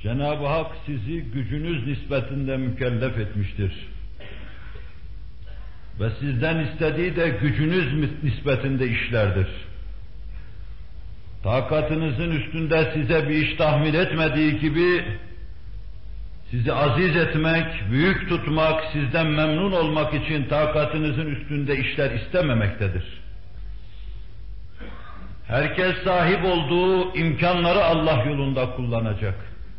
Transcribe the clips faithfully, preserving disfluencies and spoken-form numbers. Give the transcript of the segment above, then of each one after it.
Cenab-ı Hak sizi gücünüz nispetinde mükellef etmiştir. Ve sizden istediği de gücünüz nispetinde işlerdir. Takatınızın üstünde size bir iş tahmil etmediği gibi, sizi aziz etmek, büyük tutmak, sizden memnun olmak için takatınızın üstünde işler istememektedir. Herkes sahip olduğu imkanları Allah yolunda kullanacak.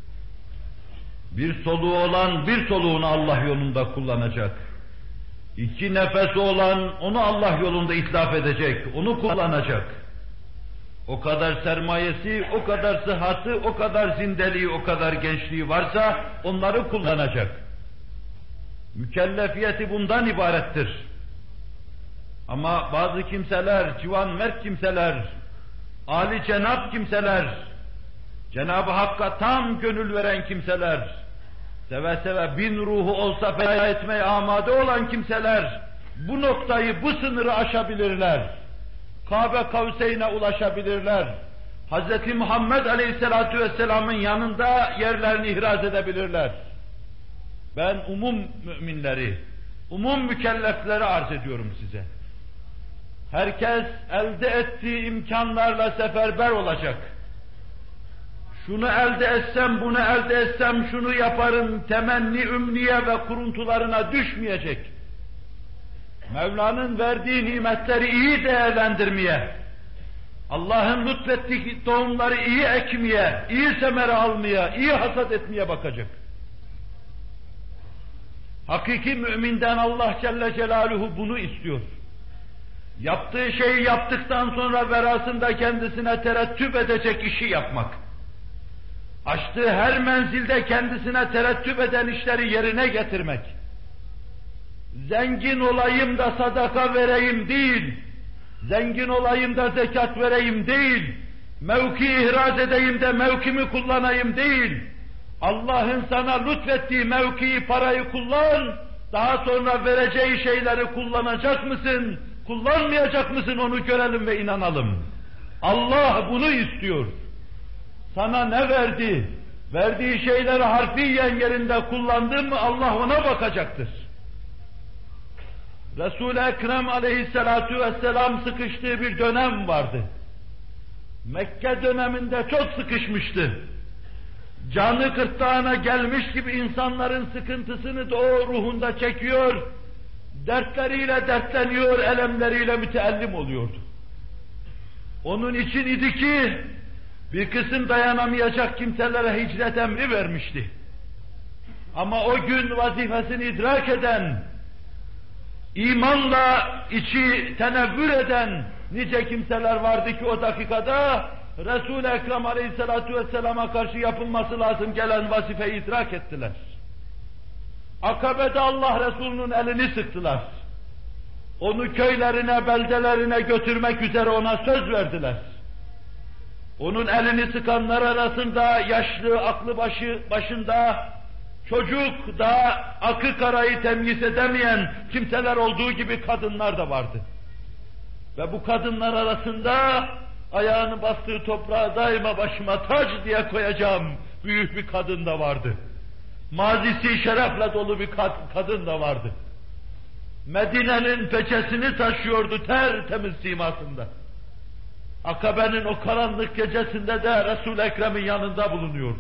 Bir soluğu olan bir soluğunu Allah yolunda kullanacak. İki nefesi olan onu Allah yolunda itlaf edecek, onu kullanacak. O kadar sermayesi, o kadar sıhhati, o kadar zindeliği, o kadar gençliği varsa onları kullanacak. Mükellefiyeti bundan ibarettir. Ama bazı kimseler, civan mert kimseler, âli cenab kimseler, Cenab-ı Hakk'a tam gönül veren kimseler, seve seve bin ruhu olsa feda etmeye amade olan kimseler, bu noktayı, bu sınırı aşabilirler. Kabe Kavseyn'e ulaşabilirler. Hz. Muhammed Aleyhisselatü Vesselam'ın yanında yerlerini ihraz edebilirler. Ben umum müminleri, umum mükellefleri arz ediyorum size. Herkes elde ettiği imkanlarla seferber olacak. Şunu elde etsem, bunu elde etsem, şunu yaparım, temenni, ümniye ve kuruntularına düşmeyecek. Mevla'nın verdiği nimetleri iyi değerlendirmeye, Allah'ın lütfettiği tohumları iyi ekmeye, iyi semere almaya, iyi hasat etmeye bakacak. Hakiki müminden Allah Celle Celaluhu bunu istiyor. Yaptığı şeyi yaptıktan sonra verasında kendisine terettüp edecek işi yapmak. Açtığı her menzilde kendisine terettüp eden işleri yerine getirmek. Zengin olayım da sadaka vereyim değil, zengin olayım da zekat vereyim değil, mevki ihraz edeyim de mevkimi kullanayım değil, Allah'ın sana lütfettiği mevkiyi, parayı kullan, daha sonra vereceği şeyleri kullanacak mısın, kullanmayacak mısın onu görelim ve inanalım. Allah bunu istiyor. Sana ne verdi? Verdiği şeyleri harfiyen yerinde kullandın mı Allah ona bakacaktır. Resul-i Ekrem Aleyhisselatü Vesselam sıkıştığı bir dönem vardı. Mekke döneminde çok sıkışmıştı. Canı gırtlağına gelmiş gibi insanların sıkıntısını da o ruhunda çekiyor, dertleriyle dertleniyor, elemleriyle müteellim oluyordu. Onun için idi ki, bir kısım dayanamayacak kimselere hicret emri vermişti. Ama o gün vazifesini idrak eden, imanla içi tenevvür eden nice kimseler vardı ki o dakikada Resul-i Ekrem Aleyhisselatü Vesselam'a karşı yapılması lazım gelen vazifeyi idrak ettiler. Akabe'de Allah Resulü'nün elini sıktılar. Onu köylerine, beldelerine götürmek üzere ona söz verdiler. Onun elini sıkanlar arasında yaşlı, aklı başı başında çocuk, daha akı karayı temyiz edemeyen kimseler olduğu gibi kadınlar da vardı. Ve bu kadınlar arasında ayağını bastığı toprağa daima başıma tac diye koyacağım büyük bir kadın da vardı. Mazisi şerefle dolu bir kadın da vardı. Medine'nin peçesini taşıyordu tertemiz simasında. Akabe'nin o karanlık gecesinde de Resul-i Ekrem'in yanında bulunuyordu.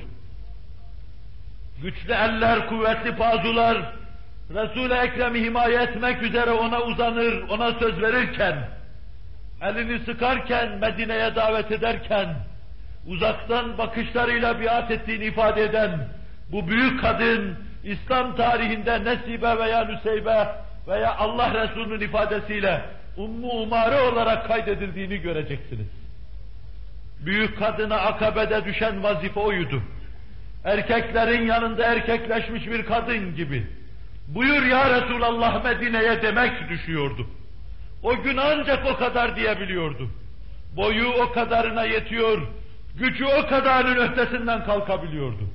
Güçlü eller, kuvvetli bazular, Resul-i Ekrem'i himaye etmek üzere ona uzanır, ona söz verirken, elini sıkarken, Medine'ye davet ederken, uzaktan bakışlarıyla biat ettiğini ifade eden bu büyük kadın, İslam tarihinde Nesibe veya Nüseybe veya Allah Resulü'nün ifadesiyle Ummu Umare olarak kaydedildiğini göreceksiniz. Büyük kadına Akabe'de düşen vazife oydu. Erkeklerin yanında erkekleşmiş bir kadın gibi. Buyur ya Resulallah Medine'ye demek düşüyordu. O gün ancak o kadar diyebiliyordu. Boyu o kadarına yetiyor, gücü o kadarının ötesinden kalkabiliyordu.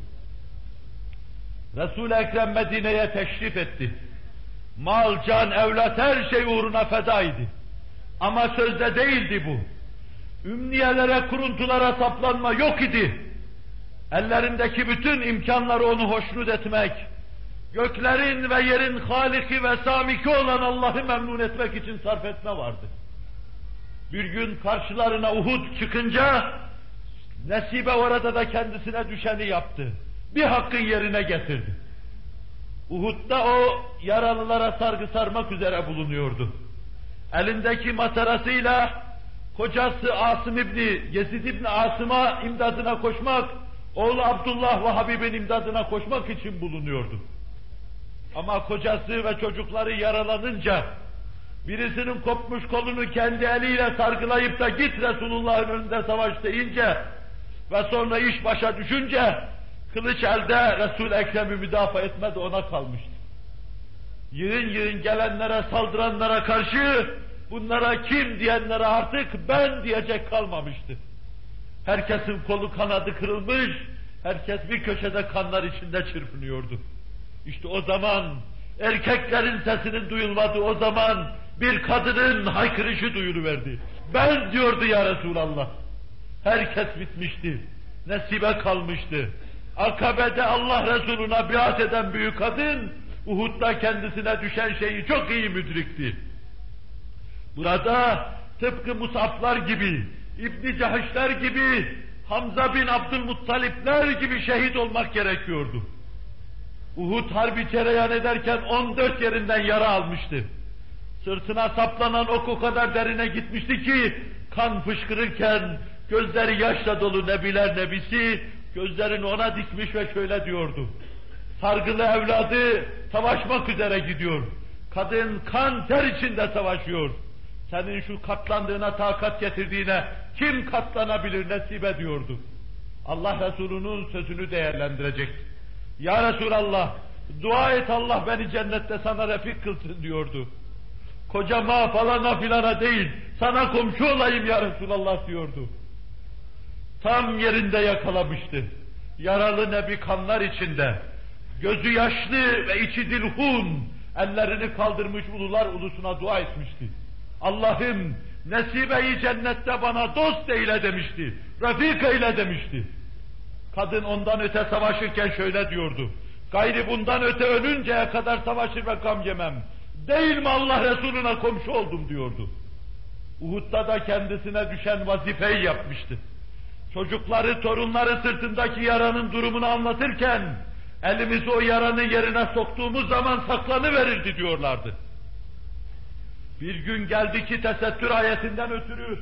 Resul-i Ekrem Medine'ye teşrif etti. Mal, can, evlat her şey uğruna feda idi. Ama sözde değildi bu. Ümniyelere, kuruntulara saplanma yok idi. ellerindeki bütün imkanları onu hoşnut etmek, göklerin ve yerin haliki ve samiki olan Allah'ı memnun etmek için sarf etme vardı. Bir gün karşılarına Uhud çıkınca, Nesibe orada da kendisine düşeni yaptı. Bir hakkın yerine getirdi. Uhud'da o yaralılara sargı sarmak üzere bulunuyordu. Elindeki matarasıyla kocası Asım İbni, Yezid İbni Asım'a imdadına koşmak, oğlu Abdullah ve Habib'in imdadına koşmak için bulunuyordu. Ama kocası ve çocukları yaralanınca, birisinin kopmuş kolunu kendi eliyle sargılayıp da git Resulullah'ın önünde savaş deyince ve sonra iş başa düşünce, kılıç elde Resul-i Ekrem'i müdafaa etmedi, ona kalmıştı. Yığın yığın gelenlere, saldıranlara karşı, bunlara kim diyenlere artık ben diyecek kalmamıştı. Herkesin kolu kanadı kırılmış, herkes bir köşede kanlar içinde çırpınıyordu. İşte o zaman, erkeklerin sesinin duyulmadığı o zaman, bir kadının haykırışı duyuluverdi. Ben diyordu ya Resulallah. Herkes bitmişti. Nesibe kalmıştı. Akabe'de Allah Resulü'ne biat eden büyük kadın, Uhud'da kendisine düşen şeyi çok iyi müdrikti. Burada tıpkı Mus'ablar gibi, İbn-i Cahişler gibi, Hamza bin Abdülmuttalipler gibi şehit olmak gerekiyordu. Uhud harbi cereyan ederken on dört yerinden yara almıştı. Sırtına saplanan ok o kadar derine gitmişti ki, kan fışkırırken, gözleri yaşla dolu Nebiler Nebisi, gözlerini ona dikmiş ve şöyle diyordu. Sargılı evladı savaşmak üzere gidiyor. Kadın kan ter içinde savaşıyor. Senin şu katlandığına takat getirdiğine kim katlanabilir Nesibe diyordu. Allah Resulü'nün sözünü değerlendirecekti. Ya Resulallah, dua et Allah beni cennette sana refik kılsın diyordu. Kocama falana filana değil, sana komşu olayım ya Resulallah diyordu. Tam yerinde yakalamıştı. Yaralı Nebi kanlar içinde, gözü yaşlı ve içi dilhun, ellerini kaldırmış ulular ulusuna dua etmişti. Allah'ım Nesibe'yi cennette bana dost eyle demişti, refik eyle demişti. Kadın ondan öte savaşırken şöyle diyordu. Gayri bundan öte ölünceye kadar savaşır ve gam yemem. Değil mi Allah Resulüne komşu oldum diyordu. Uhud'da da kendisine düşen vazifeyi yapmıştı. Çocukları, torunları sırtındaki yaranın durumunu anlatırken, elimizi o yaranın yerine soktuğumuz zaman saklanıverirdi diyorlardı. Bir gün geldi ki tesettür ayetinden ötürü,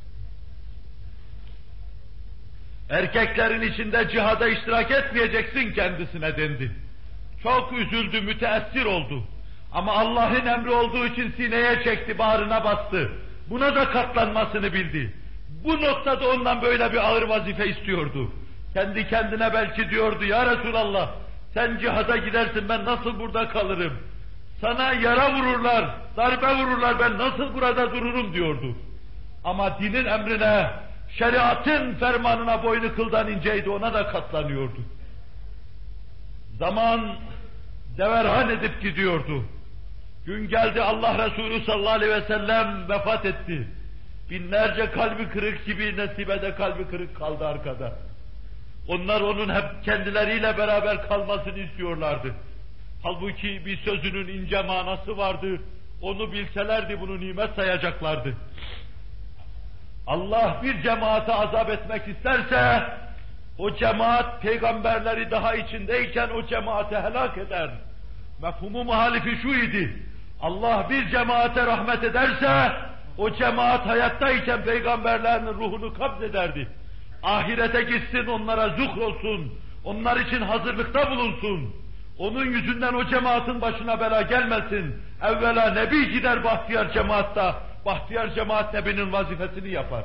erkeklerin içinde cihada iştirak etmeyeceksin kendisine dendi. Çok üzüldü, müteessir oldu. Ama Allah'ın emri olduğu için sineye çekti, bağrına bastı. Buna da katlanmasını bildi. Bu noktada ondan böyle bir ağır vazife istiyordu. Kendi kendine belki diyordu, ya Resulallah, sen cihada gidersin, ben nasıl burada kalırım? Sana yara vururlar, darbe vururlar, ben nasıl burada dururum diyordu. Ama dinin emrine, şeriatın fermanına boynu kıldan inceydi, ona da katlanıyordu. Zaman deverhan edip gidiyordu. Gün geldi, Allah Resulü sallallahu aleyhi ve sellem vefat etti. Binlerce kalbi kırık gibi Nesibe'de kalbi kırık kaldı arkada. Onlar onun hep kendileriyle beraber kalmasını istiyorlardı. Halbuki bir sözünün ince manası vardı. Onu bilselerdi bunu nimet sayacaklardı. Allah bir cemaate azap etmek isterse, o cemaat peygamberleri daha içindeyken o cemaate helak eder. Mefhumu muhalifi şu idi. Allah bir cemaate rahmet ederse, o cemaat hayattayken peygamberlerin ruhunu kabzederdi. Ahirete gitsin, onlara zuhrolsun, onlar için hazırlıkta bulunsun. Onun yüzünden o cemaatin başına bela gelmesin. Evvela Nebi gider bahtiyar cemaatta, bahtiyar cemaat Nebi'nin vazifesini yapar.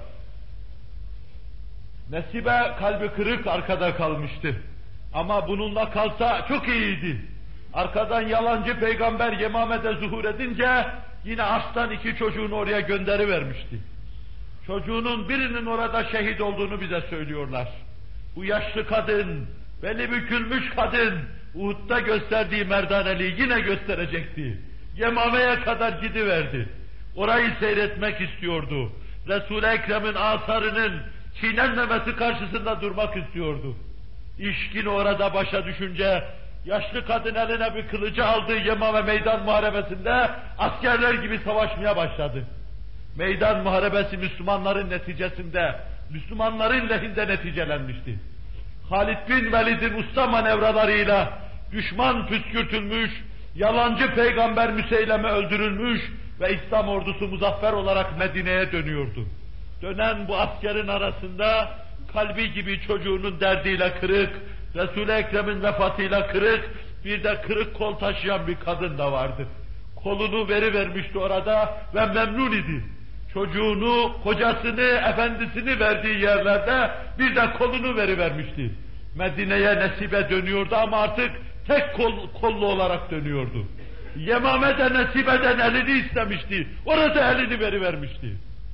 Nesibe kalbi kırık arkada kalmıştı. Ama bununla kalsa çok iyiydi. Arkadan yalancı peygamber Yemame'de zuhur edince yine aslan iki çocuğunu oraya gönderivermişti. Çocuğunun birinin orada şehit olduğunu bize söylüyorlar. Bu yaşlı kadın, beli bükülmüş kadın, Uhud'da gösterdiği merdaneliği yine gösterecekti. Yemame'ye kadar gidiverdi. Orayı seyretmek istiyordu. Resul-i Ekrem'in asarının çiğnenmemesi karşısında durmak istiyordu. İşkin orada başa düşünce, yaşlı kadın eline bir kılıcı aldı Yemame meydan muharebesinde, askerler gibi savaşmaya başladı. Meydan muharebesi Müslümanların neticesinde, Müslümanların lehinde neticelenmişti. Halid bin Velid'in usta manevralarıyla düşman püskürtülmüş, yalancı peygamber Müseyleme öldürülmüş ve İslam ordusu muzaffer olarak Medine'ye dönüyordu. Dönen bu askerin arasında kalbi gibi çocuğunun derdiyle kırık, Resul-i Ekrem'in vefatıyla kırık, bir de kırık kol taşıyan bir kadın da vardı. Kolunu verivermişti orada ve memnun idi. Çocuğunu, kocasını, efendisini verdiği yerlerde bir de kolunu verivermişti. Medine'ye nesibe dönüyordu ama artık tek kol, kollu olarak dönüyordu. Yemame'de nesibeden elini istemişti. Orada elini verivermişti.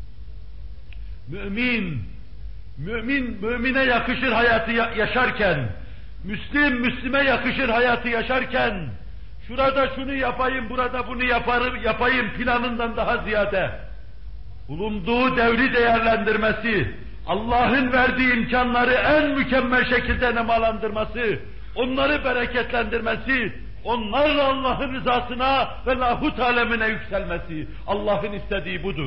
Mümin, mümin, mümine yakışır hayatı yaşarken, Müslim, Müslime yakışır hayatı yaşarken, şurada şunu yapayım, burada bunu yaparım, yapayım planından daha ziyade, bulunduğu devri değerlendirmesi, Allah'ın verdiği imkanları en mükemmel şekilde nemalandırması, onları bereketlendirmesi, onlarla Allah'ın rızasına ve lahut alemine yükselmesi, Allah'ın istediği budur.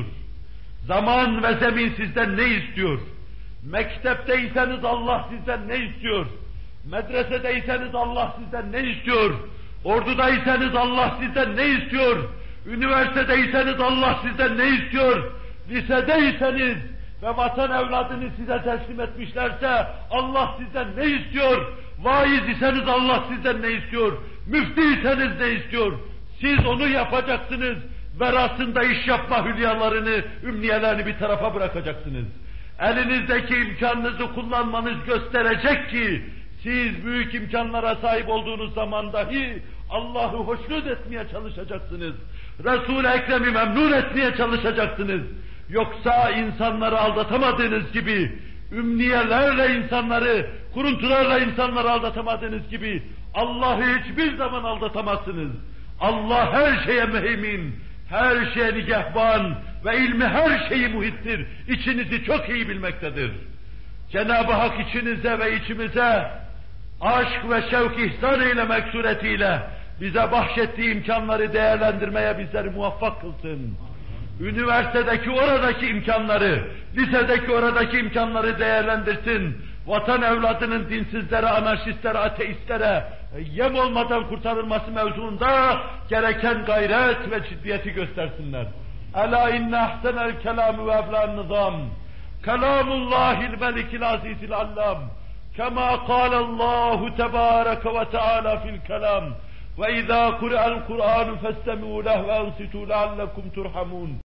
Zaman ve zemin sizden ne istiyor? Mektepteyseniz Allah sizden ne istiyor? Medresedeyseniz Allah sizden ne istiyor? Ordudaysanız Allah sizden ne istiyor? Üniversitedeyseniz Allah sizden ne istiyor? Lisedeyseniz ve vatan evladını size teslim etmişlerse Allah sizden ne istiyor? Vaiz iseniz Allah sizden ne istiyor? Müftiyseniz ne istiyor? Siz onu yapacaksınız. Verasında iş yapma hülyalarını, ümniyelerini bir tarafa bırakacaksınız. Elinizdeki imkanınızı kullanmanız gösterecek ki siz büyük imkanlara sahip olduğunuz zaman dahi Allah'ı hoşnut etmeye çalışacaksınız. Resul-i Ekrem'i memnun etmeye çalışacaksınız. Yoksa insanları aldatamadığınız gibi, ümniyelerle insanları, kuruntularla insanları aldatamadığınız gibi Allah'ı hiçbir zaman aldatamazsınız. Allah her şeye müheymin, her şeye nigahban ve ilmi her şeyi muhittir. İçinizi çok iyi bilmektedir. Cenab-ı Hak içinize ve içimize aşk ve şevk ihsan eylemek suretiyle bize bahşettiği imkanları değerlendirmeye bizleri muvaffak kılsın. Üniversitedeki oradaki imkanları, lisedeki oradaki imkanları değerlendirsin. Vatan evladının dinsizlere, anarşistlere, ateistlere yem olmadan kurtarılması mevzuunda gereken gayret ve ciddiyeti göstersinler. Ela inne ahsenel kelamü ve ebla'n nizam. Kelamullahil melikil azizil allam. Kema kâlallahu tebâreke ve teâlâ fil kelam. Ve izâ kure'el Kur'ânu festemi'û leh ve ansitû leallekum turhamûn.